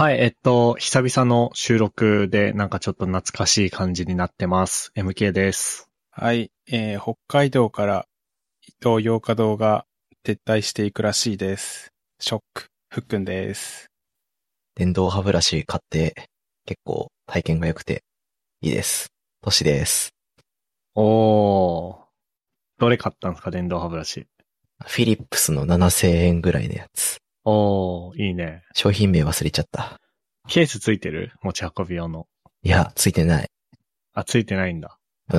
はい、久々の収録でなんかちょっと懐かしい感じになってます。MK です。 はい、北海道から伊東洋華堂が撤退していくらしいです。ショック、ふっくんです。 電動歯ブラシ買って結構体験が良くていいです。トシです。 おー。どれ買ったんですか、電動歯ブラシ。 フィリップスの7000円ぐらいのやつ。 おー、いいね。 商品名忘れちゃった。 ケースついてる？持ち運び用の。 いや、ついてない。 あ、ついてないんだ。 うん。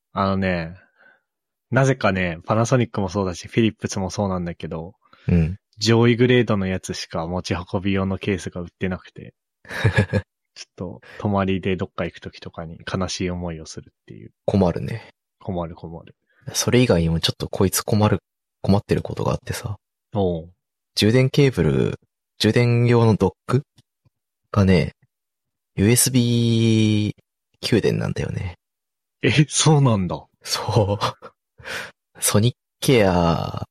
なぜかね、パナソニックもそうだし、フィリップスもそうなんだけど、 うん。 上位グレードのやつしか持ち運び用のケースが売ってなくて、ちょっと泊まりでどっか行くときとかに悲しい思いをするっていう。 困るね。 困る。 それ以外にもちょっとこいつ困ってることがあってさ。 おー。 充電用のドックがね、USB 給電なんだよね。 そうなんだ。 そう。ソニックケア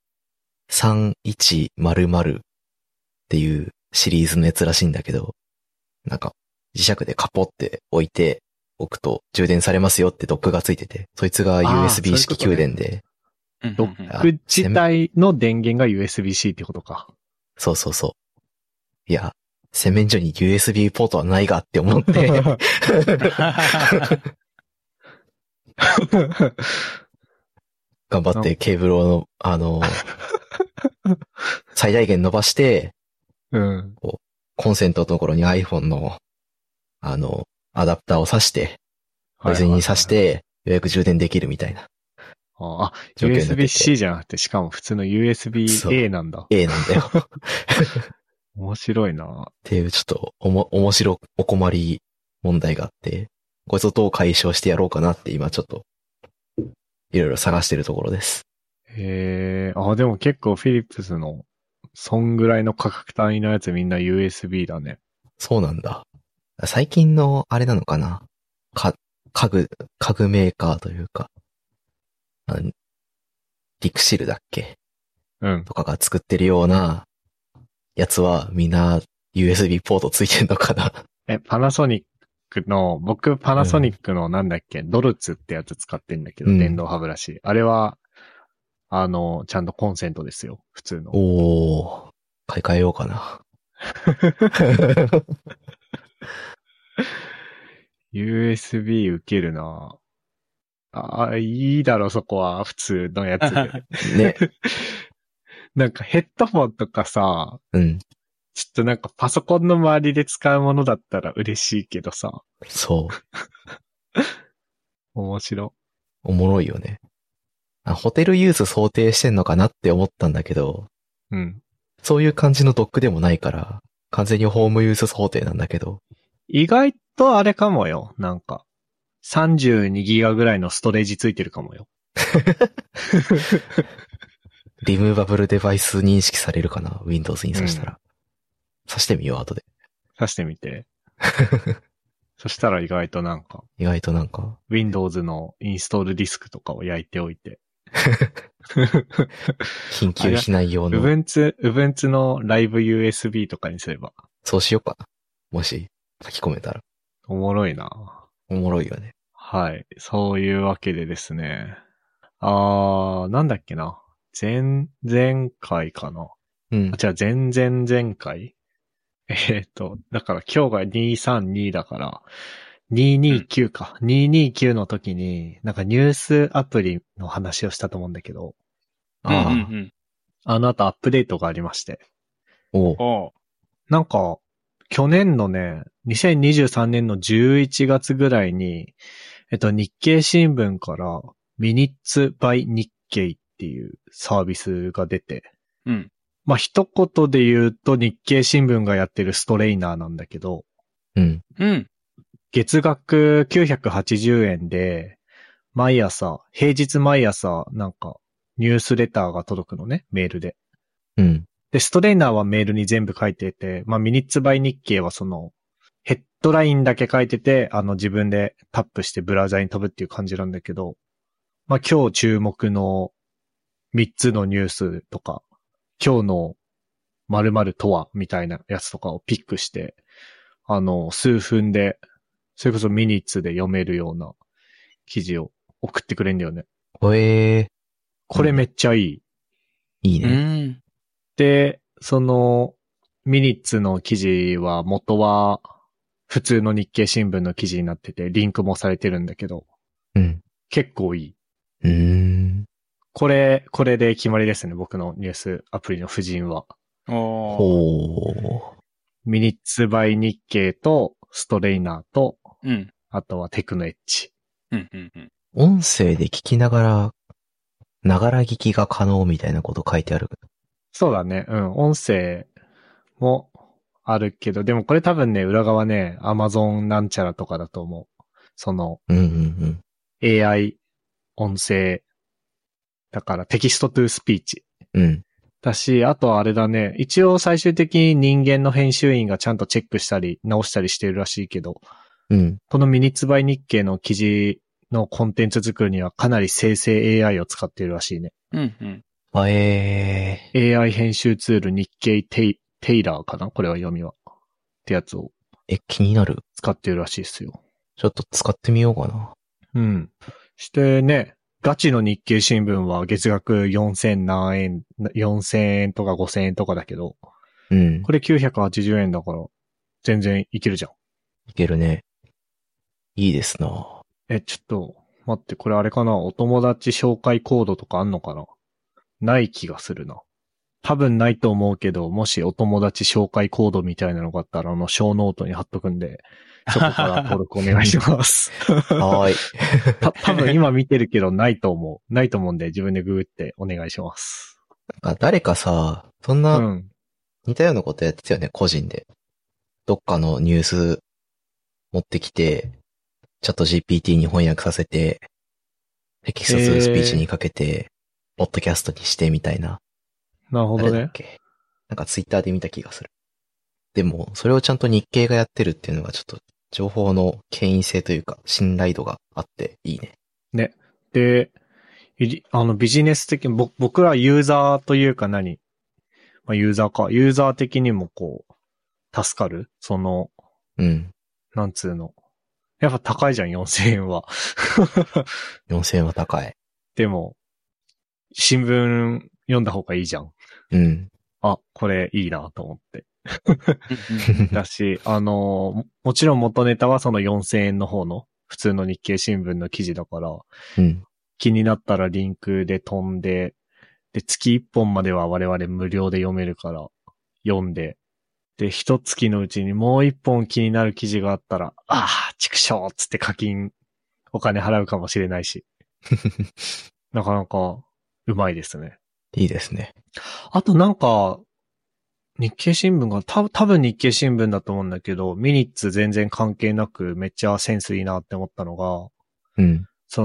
3100っていうシリーズのやつらしいんだけど、なんか磁石でカポって置いておくと充電されますよってドックがついてて、そいつが USB 式給電で、 ドック自体の電源が USB-C ってことか。 そうそうそう。いや、洗面所に USB ポートはないがって思って、頑張ってケーブルを最大限伸ばして、 うん。 コンセントのところに iPhone の、アダプターを挿して、こいつに挿して、ようやく充電できるみたいな。 USB-C じゃなくて、しかも普通の USB-A なんだ。 A なんだよ。 面白いな。 っていうちょっと面白お困り問題があって、こいつをどう解消してやろうかなって今ちょっと、いろいろ探してるところです。 でも結構フィリップスの、そんぐらいの価格単位のやつみんな USB だね。 そうなんだ。最近のあれなのかな？家具メーカーというか、リクシルだっけ？ うん。 とかが作ってるようなやつはみんな USB ポートついてんのかな？ パナソニックの、僕パナソニックのなんだっけ、ドルツってやつ使ってんだけど、電動歯ブラシ。あれは、ちゃんとコンセントですよ。普通の。 買い替えようかな。 USB 受けるな。いいだろ、そこは。普通のやつで。 ね。 なんかヘッドフォンとかさ、 うん。 ちょっとなんかパソコンの周りで使うものだったら嬉しいけどさ。 そう。 面白。 おもろいよね。ホテルユース想定してんのかなって思ったんだけど、 うん。 そういう感じのドックでもないから、完全にホームユース想定なんだけど。 意外とあれかもよ。なんか、32ギガぐらいのストレージついてるかもよ。 リムーバブルデバイス認識されるかな？ Windows に挿したら。挿してみよう、後で。 挿してみて。そしたら意外となんか、Windows のインストールディスクとかを焼いておいて。 緊急避難用の。 Ubuntu のライブ USB とかにすれば。 そうしようかな。もし、書き込めたら。 おもろいな。 おもろいよね。 はい。そういうわけでですね。なんだっけな。前回かな。 うん。 前々回だから今日が232だから、229か。229の時に、なんかニュースアプリの話をしたと思うんだけど、あの後アップデートがありまして。なんか、去年のね、2023年の11月ぐらいに、日経新聞からミニッツバイ日経っていうサービスが出て、 うん。 まあ、一言で言うと日経新聞がやってるストレイナーなんだけど、 うん。 うん。 月額980円で、平日毎朝、なんか、ニュースレターが届くのね、メールで。 うん。 で、ストレイナーはメールに全部書いてて、まあ、ミニッツバイ日経はその、ヘッドラインだけ書いてて、自分でタップしてブラウザに飛ぶっていう感じなんだけど、まあ、今日注目の3つのニュースとか、今日の 〇〇とはみたいなやつとかをピックして、数分で、それこそミニッツで読めるような記事を送ってくれんだよね。 これめっちゃいい。 いいうね。 ん。 で、その、ミニッツの記事は元は普通の日経新聞の記事になってて、リンクもされてるんだけど、 うん。 結構いい。これで決まりですね、僕のニュースアプリの布陣は。 おー。 ほう。 ミニッツバイ日経とストレイナーと、 うん。 あとはテクノエッジ。 うん。うん。うん。 音声で聞きながら、ながら聞きが可能みたいなこと書いてある。 そうだね。うん。音声もあるけど、でもこれ多分ね、裏側ね、Amazon なんちゃらとかだと思う。その、 うんうんうん。 AI 音声。だからテキストトゥスピーチ。 うん。 だし、あとはあれだね。一応最終的に人間の編集員がちゃんとチェックしたり直したりしてるらしいけど、 うん。 このミニッツバイ日経の記事のコンテンツ作るにはかなり生成 AI を使っているらしいね。 うん。うん。 AI 編集ツール日経テイラーかなこれは読みは。ってやつを気になる。 使ってるらしいですよ。 ちょっと使ってみようかな。 うん。してね、ガチの日経新聞は月額4000何円、4000円とか5000円とかだけど、 うん。 これ980円だから全然いけるじゃん。 いけるね。いいですな。 ちょっと待って、これあれかなお友達紹介コードとかあんのかなない気がするな。多分ないと思うけど、もしお友達紹介コードみたいなのがあったら、小ノートに貼っとくんで、そこから登録お願いします。 はーい。 多分今見てるけどないと思う。ないと思うんで自分でググってお願いします。 なんか誰かさ、そんう。 なん似たようなことやってたよね、個人で。どっかのニュース持ってきて、チャット GPT に翻訳させて、テキストツースピーチにかけて、ポッドキャストにしてみたいな。 なるほどね。 誰だっけ？なんかツイッターで見た気がする。でも、それをちゃんと日経がやってるっていうのがちょっと、情報の権威性というか、信頼度があっていいね。 ね。で、ビジネス的に、僕らユーザーというかまあ、ユーザーか。ユーザー的にもこう、助かるうん。 なんつうの。やっぱ高いじゃん、4000円は。 4000円は高い。 でも、新聞読んだ方がいいじゃん。 うん。 あ、これいいなと思って。 うん。 だし、もちろん元ネタはその4000円の方の普通の日経新聞の記事だから、 うん。 気になったらリンクで飛んで、で、月1本までは我々無料で読めるから、読んで、で、一月のうちにもう1本気になる記事があったら、畜生っつってお金払うかもしれないし。なかなか、うまいですね。 いいですね。 あとなんか、日経新聞が、多分日経新聞だと思うんだけど、ミニッツ全然関係なくめっちゃセンスいいなって思ったのが、 うん。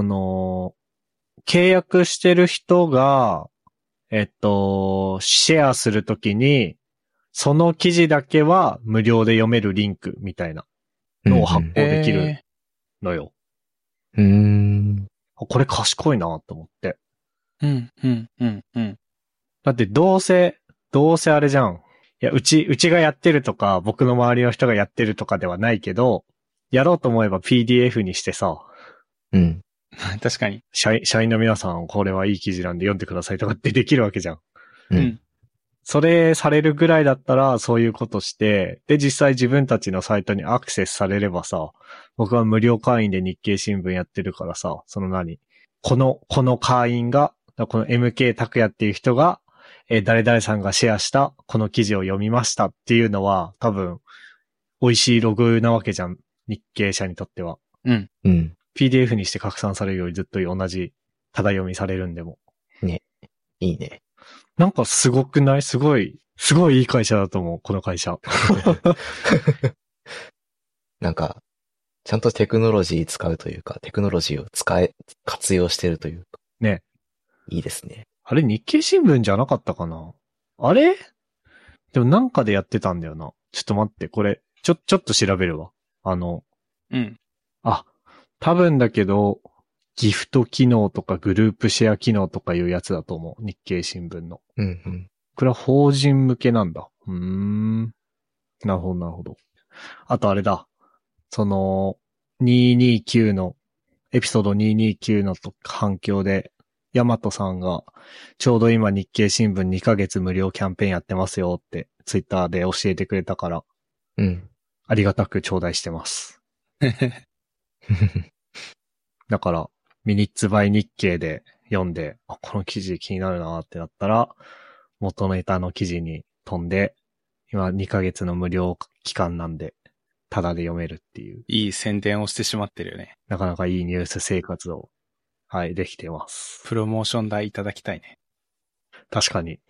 契約してる人が、シェアするときに、その記事だけは無料で読めるリンクみたいなのを発行できるのよ。これ賢いなと思って。 うん。うん。うん。うん。 だってどうせあれじゃん。いや、うちがやってるとか、僕の周りの人がやってるとかではないけど、やろうと思えば PDF にしてさ、 うん。 確かに。 社員の皆さん、これはいい記事なんで読んでくださいとかってできるわけじゃん。 う。 うんん。 それされるぐらいだったら、そういうことして、で、実際自分たちのサイトにアクセスされればさ、僕は無料会員で日経新聞やってるからさ、この会員が、この MK 拓也っていう人が、誰々さんがシェアしたこの記事を読みましたっていうのは、多分、美味しいログなわけじゃん。日経社にとっては。 うん。 うん。 PDF にして拡散されるよりずっと同じ、ただ読みされるんでも。 いいね。 なんかすごくない？すごいいい会社だと思う、この会社。 なんか、ちゃんとテクノロジー使うというか、テクノロジーを活用してるというか。 ね。 いいですね。 あれ日経新聞じゃなかったかな？あれ？でもなんかでやってたんだよな。ちょっと待って、これ、ちょっと調べるわ。 うん。 多分だけど、ギフト機能とかグループシェア機能とかいうやつだと思う。日経新聞の。 うんうん。 これは法人向けなんだ。 なるほど、なるほど。あとあれだ。その、229の、エピソード229の反響で、ヤマトさんが、ちょうど今日経新聞2ヶ月無料キャンペーンやってますよって、ツイッターで教えてくれたから、 うん。 ありがたく頂戴してます。だから、ミニッツバイ日経で読んで、あ、この記事気になるなってなったら、元ネタの記事に飛んで、今2ヶ月の無料期間なんで、タダで読めるっていう。 いい宣伝をしてしまってるよね。 なかなかいいニュース生活を、はい、できてます。 プロモーション代いただきたいね。 確かに。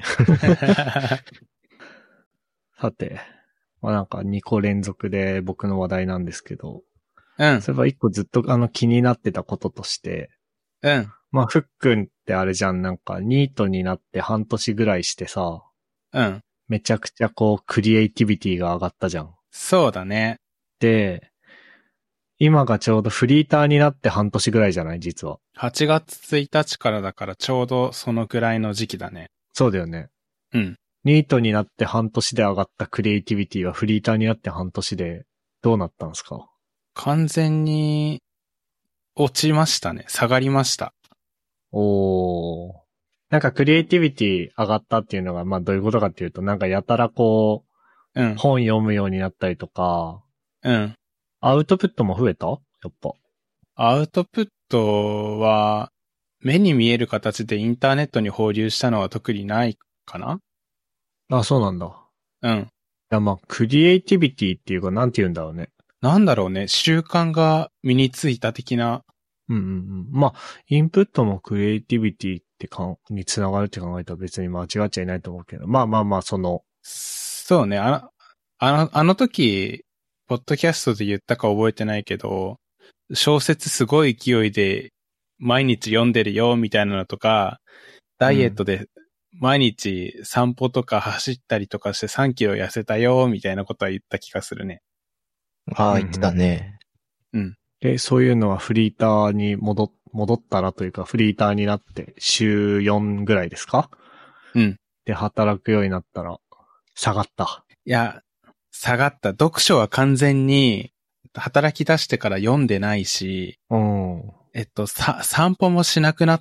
さて、まあなんか2個連続で僕の話題なんですけど、 うん。 そういえば1個ずっと気になってたこととして、 うん。 まあふっくんってあれじゃん、なんかニートになって半年ぐらいしてさ、 うん。 めちゃくちゃこうクリエイティビティが上がったじゃん。 そうだね。 で、今がちょうどフリーターになって半年ぐらいじゃない実は。 8月1日からだからちょうどそのぐらいの時期だね。 そうだよね。 うん。 ニートになって半年で上がったクリエイティビティはフリーターになって半年でどうなったんですか？ 完全に落ちましたね。下がりました。 おー。なんかクリエイティビティ上がったっていうのが、まあどういうことかっていうと、なんかやたらこう、 うん。 本読むようになったりとか、 うん。 アウトプットも増えた？やっぱ。 アウトプットは目に見える形でインターネットに放流したのは特にないかな？ あ、そうなんだ。 うん。 いや、まあ、クリエイティビティっていうか、なんて言うんだろうね。 なんだろうね。習慣が身についた的な。 うんうんうん。まあ、インプットもクリエイティビティってにつながるって考えたら別に間違っちゃいないと思うけど。まあまあまあ、 そうね。あの時、ポッドキャストで言ったか覚えてないけど、小説すごい勢いで毎日読んでるよみたいなのとか、ダイエットで毎日散歩とか走ったりとかして3キロ痩せたよみたいなことは言った気がするね。 ああ、言ってたね。 うん。 で、そういうのはフリーターに戻ったらというか、フリーターになって週4ぐらいですか？ うん。 で、働くようになったら、下がった。 いや、下がった。読書は完全に働き出してから読んでないし、 うん。 散歩もしなくなって、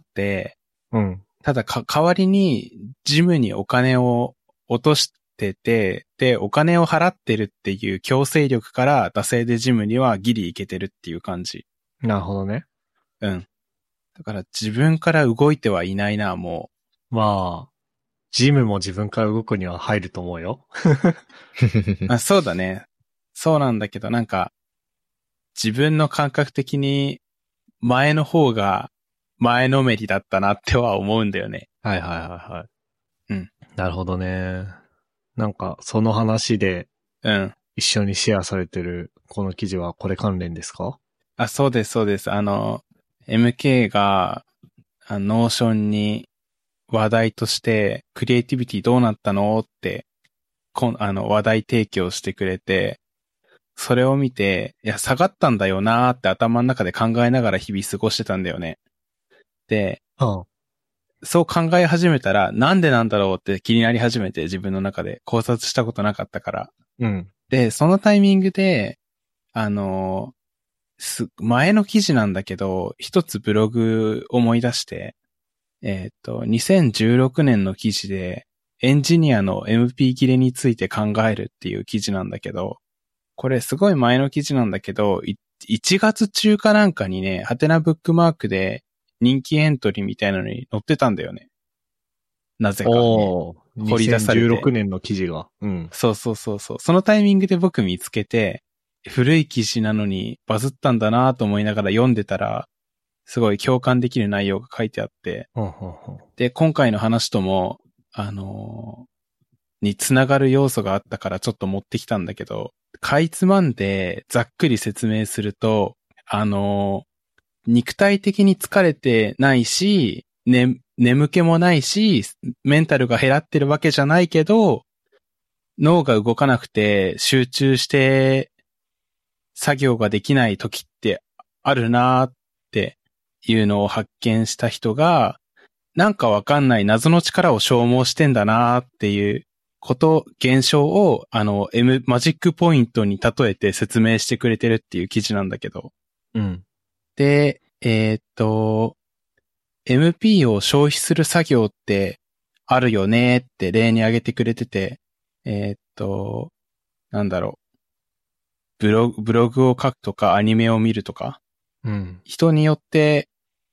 うん。 ただ代わりにジムにお金を落としてて、で、お金を払ってるっていう強制力から惰性でジムにはギリ行けてるっていう感じ。 なるほどね。 うん。だから自分から動いてはいないな、もまあ、ジムも自分から動くには入ると思うよ。 う。そうだね。そうなんだけど、なんか、自分の感覚的に前の方が前のめりだったなっては思うんだよね。 はいはいはいはい。 うん。 なるほどね。なんか、その話でうん。 一緒にシェアされてるこの記事はこれ関連ですか？ あ、そうです、そうです。MK が、ノーションに話題として、クリエイティビティどうなったのって、話題提供してくれて、それを見て、いや、下がったんだよなーって頭の中で考えながら日々過ごしてたんだよね。で、 うん。 そう考え始めたら、なんでなんだろうって気になり始めて、自分の中で考察したことなかったから。 うん。 で、そのタイミングで、前の記事なんだけど、一つブログ思い出して、2016年の記事で、エンジニアの MP 切れについて考えるっていう記事なんだけど、これすごい前の記事なんだけど、1月中かなんかにね、ハテナブックマークで人気エントリーみたいなのに載ってたんだよね。なぜか、ね。 おー、 掘り出されて。 2016年の記事が。うん。 そうそうそうそう。そのタイミングで僕見つけて、古い記事なのにバズったんだなと思いながら読んでたら、すごい共感できる内容が書いてあって、 ほんほんほん。 で、今回の話とも、につながる要素があったからちょっと持ってきたんだけど、かいつまんでざっくり説明すると、肉体的に疲れてないし、眠気もないし、メンタルが減らってるわけじゃないけど、脳が動かなくて集中して作業ができない時ってあるなーっていうのを発見した人が、なんかわかんない謎の力を消耗してんだなーっていう現象を、マジックポイントに例えて説明してくれてるっていう記事なんだけど。 うん。 で、MP を消費する作業ってあるよねって例に挙げてくれてて、なんだろう。ブログを書くとかアニメを見るとか。 うん。 人によって、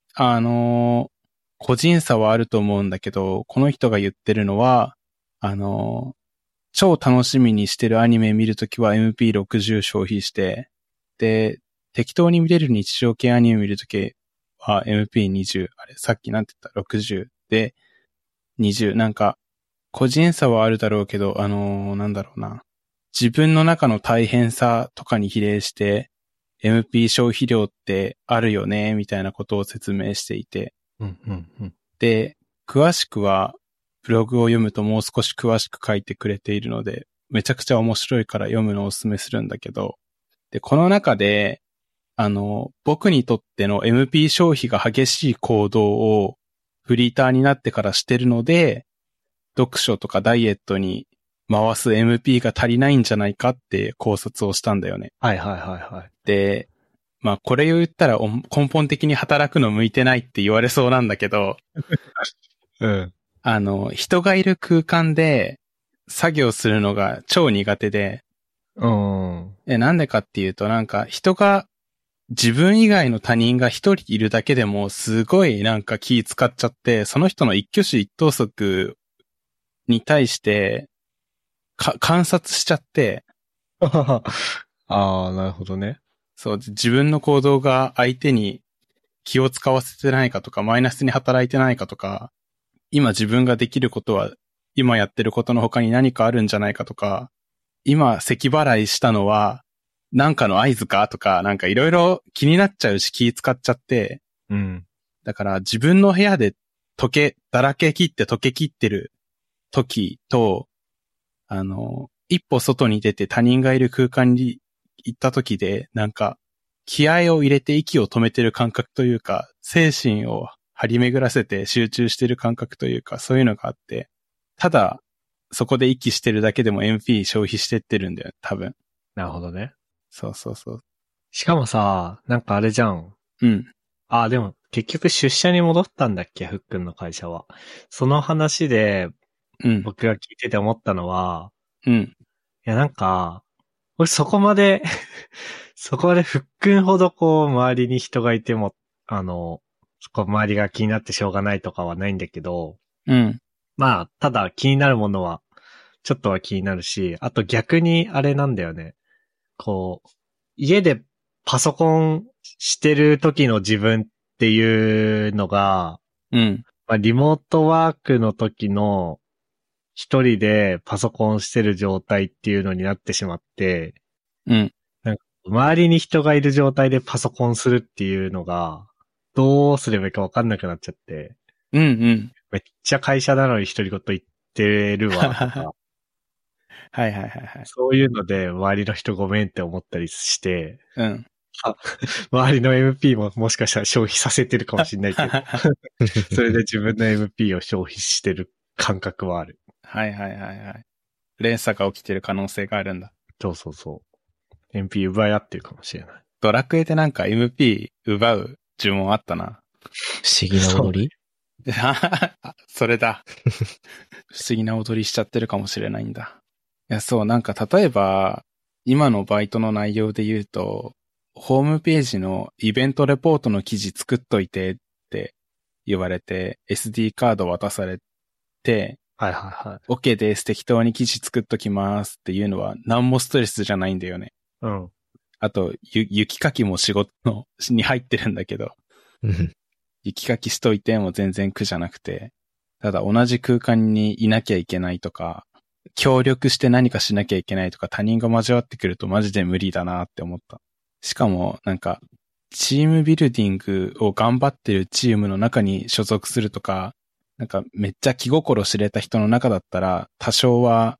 個人差はあると思うんだけど、この人が言ってるのは、超楽しみにしてるアニメ見るときは MP60 消費して、で、適当に見れる日常系アニメ見るときは MP20、あれ、さっきなんて言った ?60 で、20、なんか、個人差はあるだろうけど、なんだろうな。自分の中の大変さとかに比例して、MP 消費量ってあるよね、みたいなことを説明していて。 うんうんうん。 で、詳しくは、ブログを読むともう少し詳しく書いてくれているので、めちゃくちゃ面白いから読むのをお勧めするんだけど、で、この中で、僕にとっての MP 消費が激しい行動をフリーターになってからしてるので、読書とかダイエットに回す MP が足りないんじゃないかって考察をしたんだよね。 はいはいはいはい。 で、まあこれを言ったら根本的に働くの向いてないって言われそうなんだけど、 うん。 人がいる空間で作業するのが超苦手で、 うん。 なんでかっていうとなんか自分以外の他人が一人いるだけでもすごいなんか気使っちゃって、その人の一挙手一投足に対して観察しちゃって、 ああ、なるほどね。 そう、自分の行動が相手に気を使わせてないかとか、マイナスに働いてないかとか、今自分ができることは、今やってることの他に何かあるんじゃないかとか、今咳払いしたのは、なんかの合図かとか、なんかいろいろ気になっちゃうし気使っちゃって、 うん。 だから自分の部屋でだらけ切って溶け切ってる時と、一歩外に出て他人がいる空間に行った時で、なんか、気合を入れて息を止めてる感覚というか、精神を張り巡らせて集中してる感覚というか、そういうのがあって、ただ、そこで息してるだけでも MP 消費してってるんだよ、多分。 なるほどね。 そうそうそう。 しかもさ、なんかあれじゃん。 うん。 ああ、でも結局出社に戻ったんだっけ、ふっくんの会社は。その話でうん。 僕が聞いてて思ったのは、 うん。 いやなんか、俺そこまでそこまでふっくんほどこう周りに人がいても、そこ周りが気になってしょうがないとかはないんだけど、 うん。 まあ、ただ気になるものは、ちょっとは気になるし、あと逆にあれなんだよね。こう、家でパソコンしてる時の自分っていうのが、 うん。 まあ、リモートワークの時の一人でパソコンしてる状態っていうのになってしまって、 うん。 なんか周りに人がいる状態でパソコンするっていうのが、どうすればいいかわかんなくなっちゃって、 うん。うん。 めっちゃ会社なのに独り言言ってるわ、とか、 はいはいはいはい。 そういうので周りの人ごめんって思ったりして、 うん。 周りの MP ももしかしたら消費させてるかもしれないけど、それで自分の MP を消費してる感覚はある。 はいはいはいはい。連鎖が起きてる可能性があるんだ。 そうそうそう。MP 奪い合ってるかもしれない。 ドラクエでなんか MP 奪う呪文あったな。 不思議な踊りそれだ。不思議な踊りしちゃってるかもしれないんだ。いや、そう、なんか例えば、今のバイトの内容で言うと、ホームページのイベントレポートの記事作っといてって言われて、SD カード渡されて、 はいはいはい。 OK です、適当に記事作っときますっていうのは何もストレスじゃないんだよね。 うん。 あと、雪かきも仕事に入ってるんだけど、雪かきしといても全然苦じゃなくて、ただ同じ空間にいなきゃいけないとか、協力して何かしなきゃいけないとか他人が交わってくるとマジで無理だなって思った。しかもなんか、チームビルディングを頑張ってるチームの中に所属するとか、なんかめっちゃ気心知れた人の中だったら多少は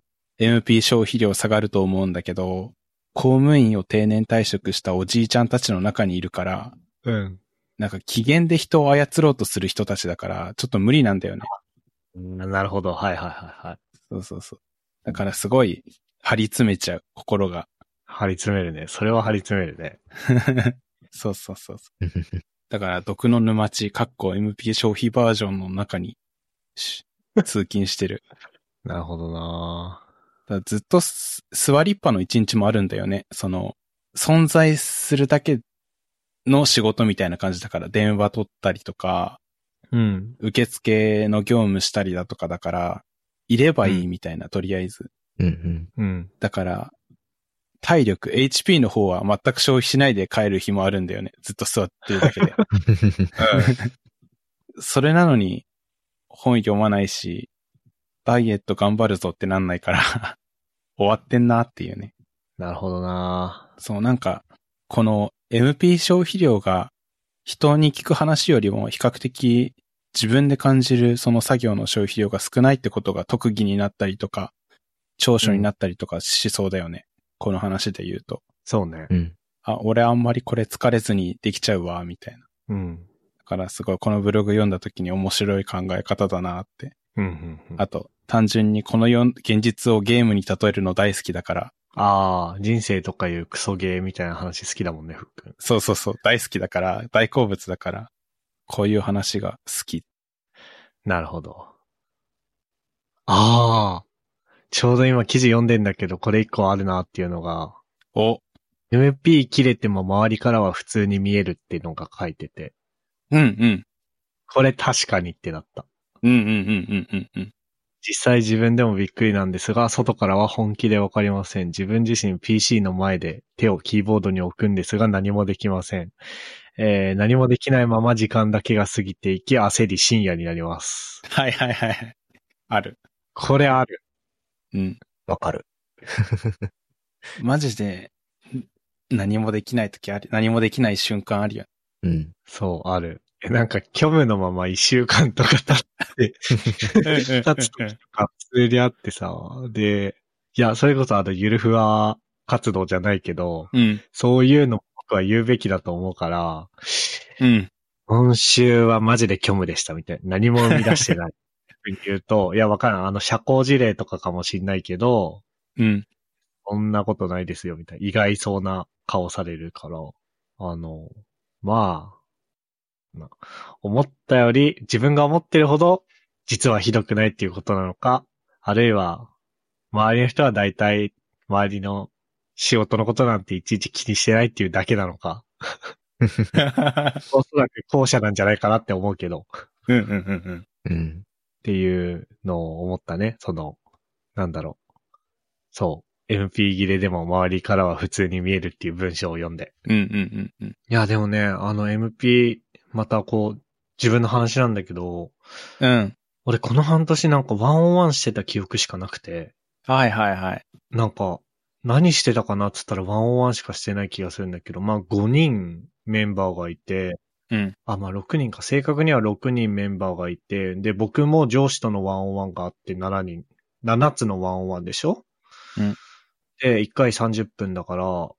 MP 消費量下がると思うんだけど、公務員を定年退職したおじいちゃんたちの中にいるから、 うん。 なんか機嫌で人を操ろうとする人たちだから、ちょっと無理なんだよね。 なるほど。はいはいはいはい。 そうそうそう。だからすごい張り詰めちゃう、心が。 張り詰めるね。それは張り詰めるね。 そうそうそうそう。だから、毒の沼地、MP 消費バージョンの中に通勤してる。 なるほどな。 だからずっと座りっぱの一日もあるんだよね。存在するだけの仕事みたいな感じだから、電話取ったりとか、 うん。 受付の業務したりだとかだから、いればいいみたいな、とりあえず。 うんうん。 うん。 だから、体力、HP の方は全く消費しないで帰る日もあるんだよね。ずっと座ってるだけで。それなのに、本読まないし、ダイエット頑張るぞってなんないから、終わってんなっていうね。 なるほどな。 そう、なんか、この MP 消費量が人に聞く話よりも比較的自分で感じるその作業の消費量が少ないってことが特技になったりとか、長所になったりとかしそうだよね。この話で言うと。 そうね。 うん。 俺あんまりこれ疲れずにできちゃうわ、みたいな。 うん。 だからすごいこのブログ読んだ時に面白い考え方だなって。 うんうんうん。 あと、単純にこの現実をゲームに例えるの大好きだから。 ああ、人生とかいうクソゲーみたいな話好きだもんね、ふっくん。 そうそうそう、大好きだから、大好物だから、こういう話が好き。 なるほど。ああ、ちょうど今記事読んでんだけど、これ一個あるなっていうのが、 お、 MP 切れても周りからは普通に見えるっていうのが書いてて、 うんうん。 これ確かにってなった。 うんうんうんうんうんうん。 実際自分でもびっくりなんですが、外からは本気でわかりません。自分自身 PC の前で手をキーボードに置くんですが何もできません。何もできないまま時間だけが過ぎていき、焦り深夜になります。 はいはいはい。ある。 これある。 うん。 わかる。 マジで、何もできない時ある。何もできない瞬間あるよ。 うん。 そう、ある。なんか虚無のまま一週間とか経って、経つ時とか普通にあってさ、で、いや、それこそゆるふわ活動じゃないけど、 うん。 そういうの僕は言うべきだと思うから、 うん。 今週はマジで虚無でしたみたいな。何も生み出してない。ふうに言うと、いや、わからん。社交辞令とかかもしんないけど、 うん。 そんなことないですよ、みたいな。意外そうな顔されるから、ま思ったより、自分が思ってるほど、実はひどくないっていうことなのか、あるいは、周りの人は大体、周りの仕事のことなんていちいち気にしてないっていうだけなのか。おそらく後者なんじゃないかなって思うけど、 うんうんうんうん。 っていうのを思ったね。なんだろう。そう。MP 切れでも周りからは普通に見えるっていう文章を読んで。 うんうんうんうん。 いや、でもね、MP、また自分の話なんだけど、 うん。 俺この半年なんかワンオンワンしてた記憶しかなくて、 はいはいはい。 なんか、何してたかなって言ったらワンオンワンしかしてない気がするんだけど、まあ5人メンバーがいて、 うん。 まあ6人か、正確には6人メンバーがいて、で、僕も上司とのワンオンワンがあって7つのワンオンワンでしょ？ うん。 で、1回30分だから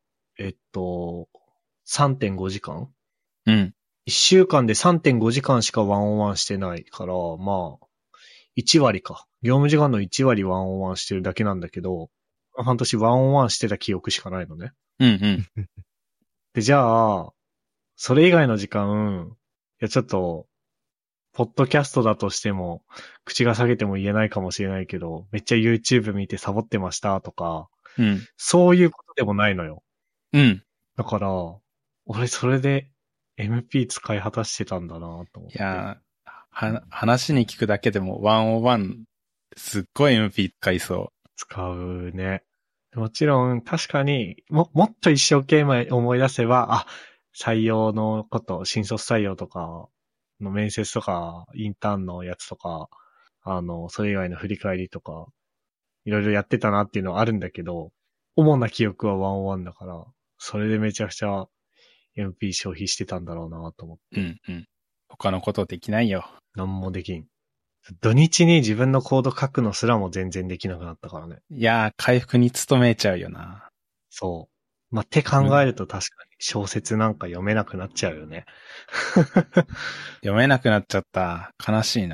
、3.5時間？ うん。 1週間で 3.5 時間しかワンオンワンしてないから、まあ、1割か。業務時間の1割ワンオンワンしてるだけなんだけど、半年ワンオンワンしてた記憶しかないのね。 うんうん。 で、じゃあ、それ以外の時間、いやちょっと、ポッドキャストだとしても、口が下げても言えないかもしれないけど、めっちゃ YouTube 見てサボってましたとか、 うん。 そういうことでもないのよ。 うん。 だから、俺それで MP 使い果たしてたんだなと思って。 いや話に聞くだけでも101、すっごい MP 使いそ使うね。もちろん、確かにもっと一生懸命思い出せば、採用のこと、新卒採用とかの面接とか、インターンのやつとか、それ以外の振り返りとか、いろいろやってたなっていうのはあるんだけど、主な記憶はワンワンだから、それでめちゃくちゃ MP 消費してたんだろうなと思って。 うんうん。他のことできないよ。 なんもできん。土日に自分のコード書くのすらも全然できなくなったからね。 いや回復に努めちゃうよな。 そう。って考えると確かに小説なんか読めなくなっちゃうよね。 読めなくなっちゃった。悲しいな。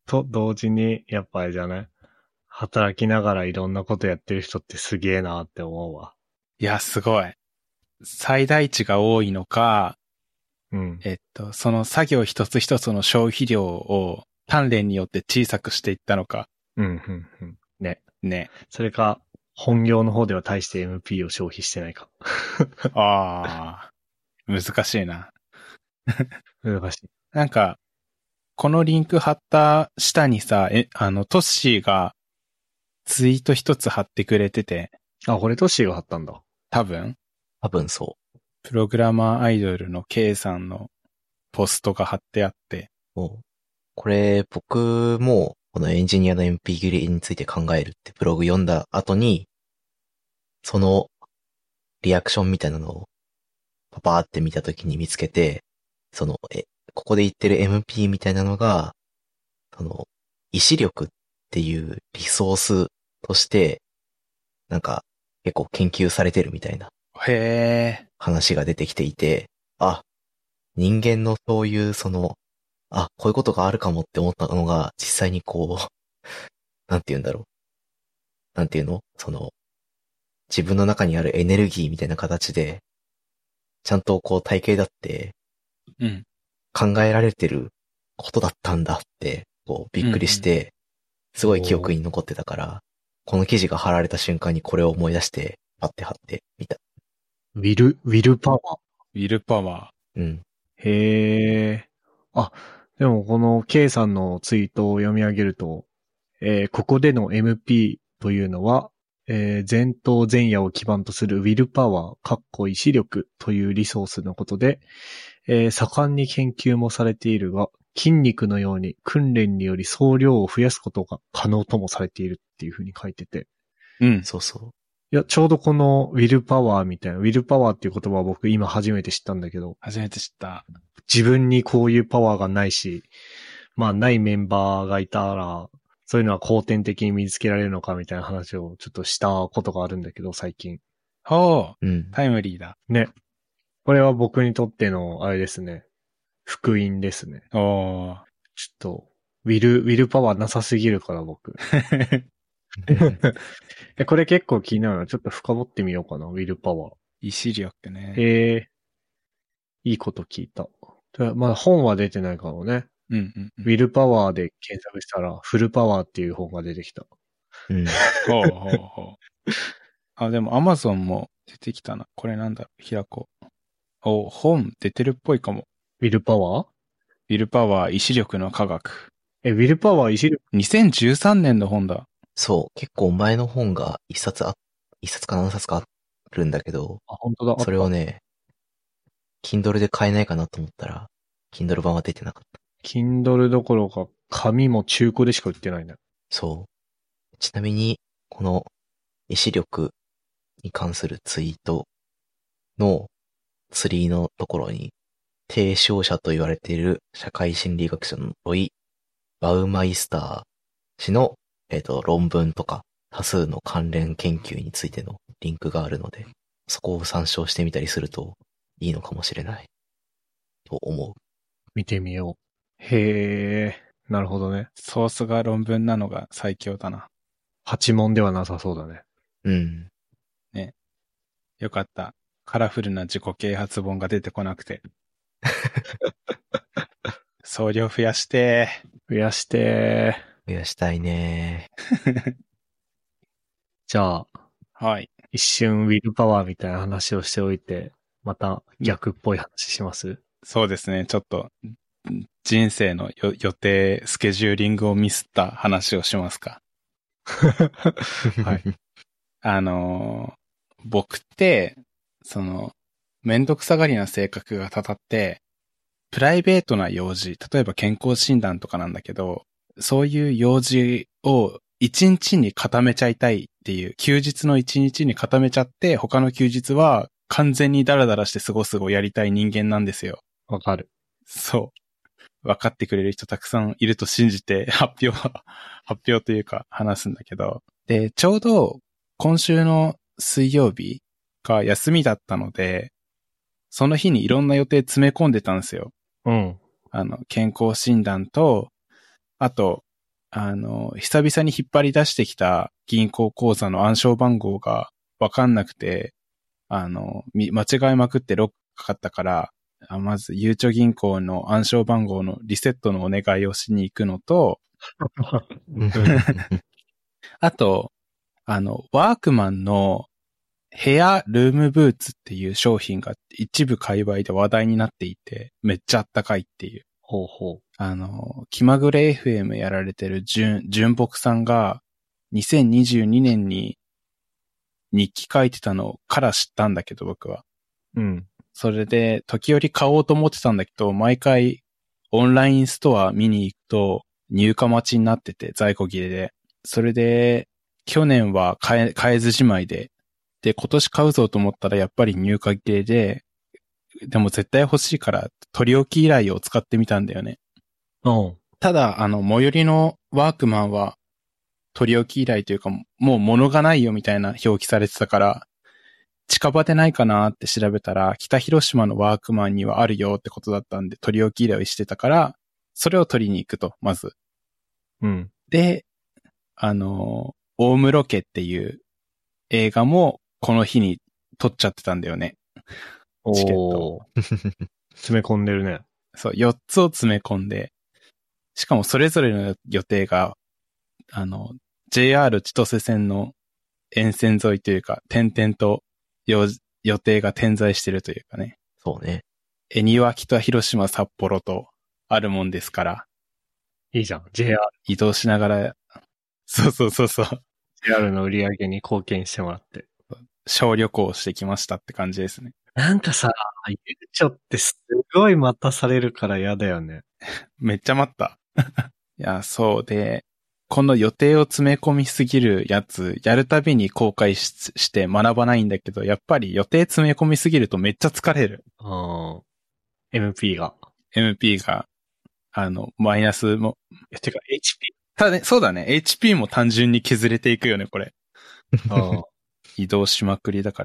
と同時に、やっぱりじゃない働きながらいろんなことやってる人ってすげえなって思うわ。 いや、すごい。最大値が多いのか、 うん。 その作業一つ一つの消費量を鍛錬によって小さくしていったのか。 うん、うん、うん。ね。 ね。 それか、本業の方では大して MP を消費してないか。 ああ、難しいな。 難しい。 なんか、このリンク貼った下にさ、トッシーがツイート一つ貼ってくれてて、 あ、これトッシーが貼ったんだ。 多分、 そプログラマーアイドルの K さんのポストが貼ってあって、 う。もうこれ、僕も、このエンジニアの MP 切りについて考えるってブログ読んだ後に、そのリアクションみたいなのをパパーって見たときに見つけて、ここで言ってる MP みたいなのが、意志力っていうリソースとして、なんか結構研究されてるみたいなへー。 話が出てきていて、あ、人間のそういうこういうことがあるかもって思ったのが、実際になんて言うんだろう。なんていうの自分の中にあるエネルギーみたいな形で、ちゃんと体系だってうん。 考えられてることだったんだって、びっくりして、すごい記憶に残ってたから、この記事が貼られた瞬間にこれを思い出して、パッて貼ってみた。 ウィルパワー。 ウィルパワうん。 へえ。あ、でもこの K さんのツイートを読み上げると、ここでの MP というのは、前頭前野を基盤とするウィルパワー、意志力というリソースのことで、盛んに研究もされているが、筋肉のように訓練により総量を増やすことが可能ともされているっていうふうに書いてて。 ー。うん。 そうそう。 いや、ちょうどこのウィルパワーみたいな、ウィルパワーっていう言葉は僕今初めて知ったんだけど、 初めて知った。 自分にこういうパワーがないし、まあないメンバーがいたら、そういうのは後天的に身につけられるのかみたいな話をちょっとしたことがあるんだけど、最近。 ほう。 うん。 タイムリーだ。 ね。これは僕にとっての、あれですね。福音ですね。 おー。 ちょっと、ウィルパワーなさすぎるから僕。これ結構気になるの。ちょっと深掘ってみようかな、ウィルパワー。 意志力ね。 いいこと聞いた。まだ本は出てないからね。 うんうんうん。 ウィルパワーで検索したら、フルパワーっていう本が出てきた。 うん。 ほうほうほう。あ、でも Amazon も出てきたな。これなんだろう。開こう。お、本出てるっぽいかも。 ウィルパワーウィルパワー、意志力の科学。 ウィルパワー意志力。 2013年の本だ。 そう、結構前の本が一冊か何冊かあるんだけど、 あ、本当だ。 それをね、Kindle で買えないかなと思ったら、Kindle 版は出てなかった。 Kindle どころか、紙も中古でしか売ってないね。 そう。ちなみに、この意志力に関するツイートのツリーのところに、提唱者と言われている社会心理学者のロイ・バウマイスター氏の、論文とか多数の関連研究についてのリンクがあるので、そこを参照してみたりするといいのかもしれない。と思う。 見てみよう。へえ、なるほどね。 ソースが論文なのが最強だな。 八問ではなさそうだね。 うん。 ね。よかった。カラフルな自己啓発本が出てこなくて。総量増やして増やして増やしたいね。 じゃあ、 はい。 一瞬ウィルパワーみたいな話をしておいて、また逆っぽい話しますそうですね。ちょっと、人生の予定、スケジューリングをミスった話をしますか。 はい。 僕って、めんどくさがりな性格がたたって、プライベートな用事、例えば健康診断とかなんだけど、そういう用事を一日に固めちゃいたいっていう、休日の一日に固めちゃって、他の休日は完全にダラダラして過ごすをやりたい人間なんですよ。 わかる。 そう。分かってくれる人たくさんいると信じて発表というか話すんだけど。で、ちょうど今週の水曜日が休みだったので、その日にいろんな予定詰め込んでたんですよ。 うん。 健康診断と、あと、 久々に引っ張り出してきた銀行口座の暗証番号がわかんなくて、間違いまくってロックかかったから、まず、ゆうちょ銀行の暗証番号のリセットのお願いをしに行くのと、あと、ワークマンのヘアルームブーツっていう商品が一部界隈で話題になっていて、めっちゃあったかいっていう。 ほうほう。 気まぐれ FM やられてる純木さんが、2022年に日記書いてたのから知ったんだけど、僕は。 うん。 それで、時折買おうと思ってたんだけど、毎回オンラインストア見に行くと入荷待ちになってて、在庫切れで。それで、去年は買えずじまいで、で、今年買うぞと思ったらやっぱり入荷切れで、でも絶対欲しいから取り置き依頼を使ってみたんだよね。ただ、最寄りのワークマンは取り置き依頼というか、もう物がないよみたいな表記されてたから、近場でないかなって調べたら、北広島のワークマンにはあるよってことだったんで、取り置き依頼をしてたから、それを取りに行くと、まず。 うん。 で、大室家っていう映画もこの日に撮っちゃってたんだよね。チケットを。 詰め込んでるね。 そう、4つを詰め込んで、しかもそれぞれの予定が、JR 千歳線の沿線沿いというか、点々と予定が点在してるというかね。 そうね。 恵庭、北広島、札幌とあるもんですから。 いいじゃん。JR。 移動しながら、そうそうそうそう。 JR の売り上げに貢献してもらって。 小旅行してきましたって感じですね。 なんかさ、ゆうちょってすごい待たされるから嫌だよね。 めっちゃ待った。いや、そうで、この予定を詰め込みすぎるやつ、やるたびに後悔して学ばないんだけど、やっぱり予定詰め込みすぎるとめっちゃ疲れる。 MP が。 MP が、マイナスも。 てか HP。 ただね、そうだね。HP も単純に削れていくよね、これ。移動しまくりだから。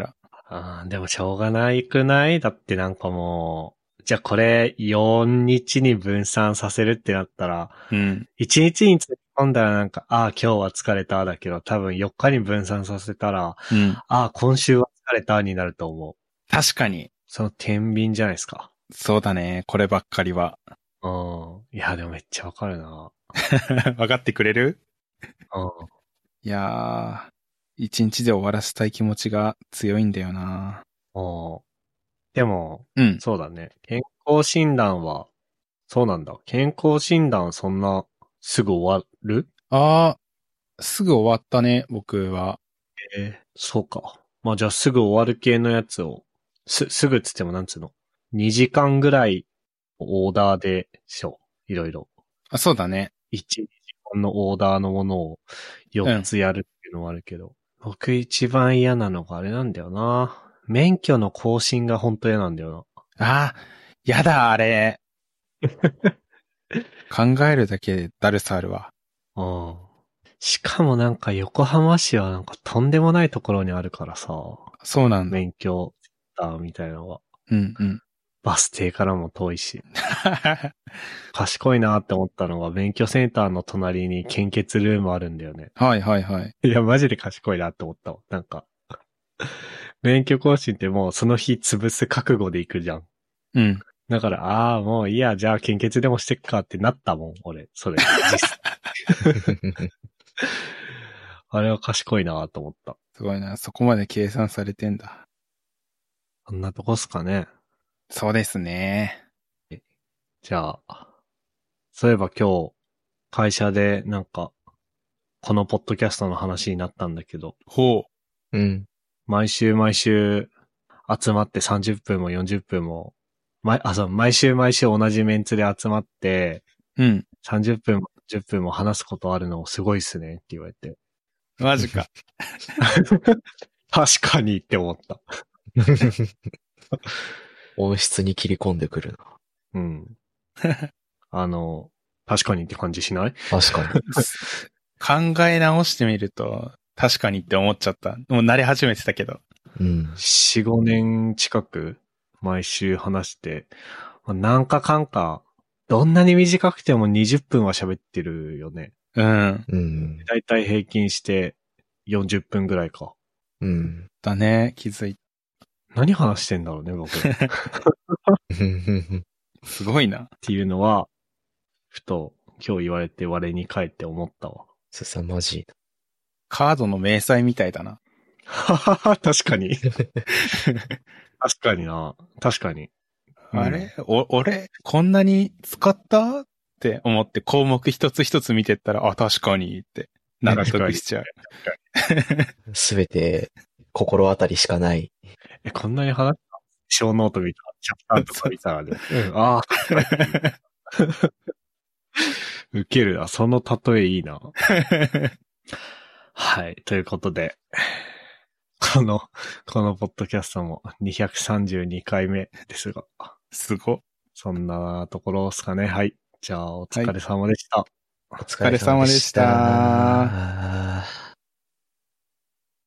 でもしょうがないくないだってなんかもう、じゃあこれ4日に分散させるってなったら、 うん。 1日に詰め込んだらなんか、今日は疲れただけど、多分4日に分散させたら、 うん。 今週は疲れたになると思う。 確かに。 その天秤じゃないですか。 そうだね。こればっかりは。 いや、でもめっちゃわかるな。 わかってくれる？ いやー、一日で終わらせたい気持ちが強いんだよな。 でも、 うん。 そうだね。健康診断は、そうなんだ。健康診断そんなすぐ終わる？ すぐ終わったね、僕は。 そうか。まあじゃあすぐ終わる系のやつを、すぐっつってもなんつうの ?2 時間ぐらいオーダーでしょ。いろいろ。 そうだね。 1時間のオーダーのものを4つやるっていうのもあるけど。僕一番嫌なのがあれなんだよな。免許の更新が本当嫌なんだよな。やだ、あれ。考えるだけでだるさあるわ。 しかもなんか横浜市はなんかとんでもないところにあるからさ。 そうなんだ。 免許センターみたいなのが。 うんうん。 バス停からも遠いし。賢いなって思ったのが、免許センターの隣に献血ルームあるんだよね。 はいはいはい。 いや、マジで賢いなって思ったわ。なんか、免許更新ってもうその日潰す覚悟で行くじゃん。 うん。 だから、もういいや、じゃあ献血でもしてっかってなったもん、俺。それ。あれは賢いなと思った。 すごいな。そこまで計算されてんだ。 こんなとこっすかね。 そうですね。 じゃあ、そういえば今日、会社でなんか、このポッドキャストの話になったんだけど。 ほう。うん。 毎週集まって30分も40分も、毎週同じメンツで集まって、 うん。 30分も40分も話すことあるのすごいっすねって言われて。 マジか。 確かにって思った。 音質に切り込んでくるな。 うん。確かにって感じしない？ 確かに。考え直してみると、確かにって思っちゃった。もう慣れ始めてたけど。 うん。 4、5年近く毎週話して、なんかどんなに短くても20分は喋ってるよね。 うん。 うん。 だいたい平均して40分ぐらいか。 うん。 だね、気づい何話してんだろうね、僕。っすごいな。 ていうのは、ふと今日言われて我に返って思ったわ。 凄まじいカードの明細みたいだな。 ははは、確かに。確かにな。確かに。うんあれ俺、こんなに使ったって思って項目一つ一つ見てったら、あ、確かにって納得しちゃう。 な。すべて心当たりしかない。 こんなに話した小ノート見たチャプターとか見たらね。ああ、ウケるな。その例えいいな。はい。ということで、このポッドキャストも232回目ですが、 すご。 そんなところですかね。はい。じゃあ、お疲れ様でした。 お疲れ様でした。